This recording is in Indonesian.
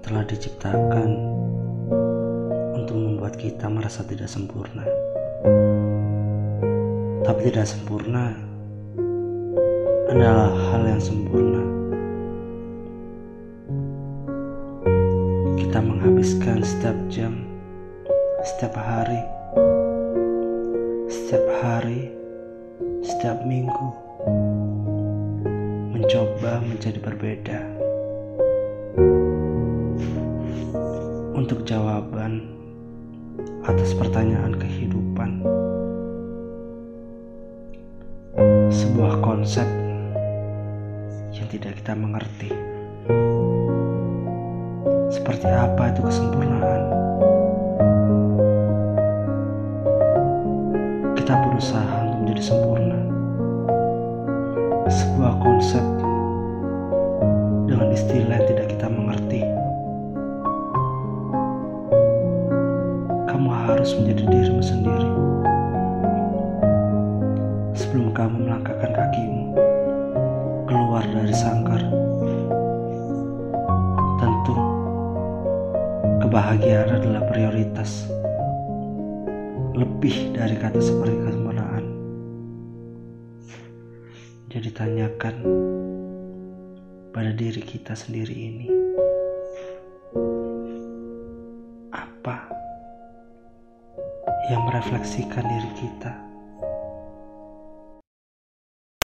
telah diciptakan untuk membuat kita merasa tidak sempurna. Tapi tidak sempurna adalah hal yang sempurna. Kita menghabiskan setiap jam, setiap hari, setiap minggu mencoba menjadi berbeda. Untuk jawaban atas pertanyaan kehidupan, sebuah konsep yang tidak kita mengerti. Seperti apa itu kesempurnaan? Kita berusaha untuk menjadi sempurna. Sebuah konsep dengan istilah yang tidak kita mengerti. Kamu harus menjadi dirimu sendiri sebelum kamu melangkahkan kakimu keluar dari sangkar. Tentu kebahagiaan adalah prioritas, lebih dari kata seperti kesempurnaan. Jadi tanyakan pada diri kita sendiri ini, apa yang merefleksikan diri kita?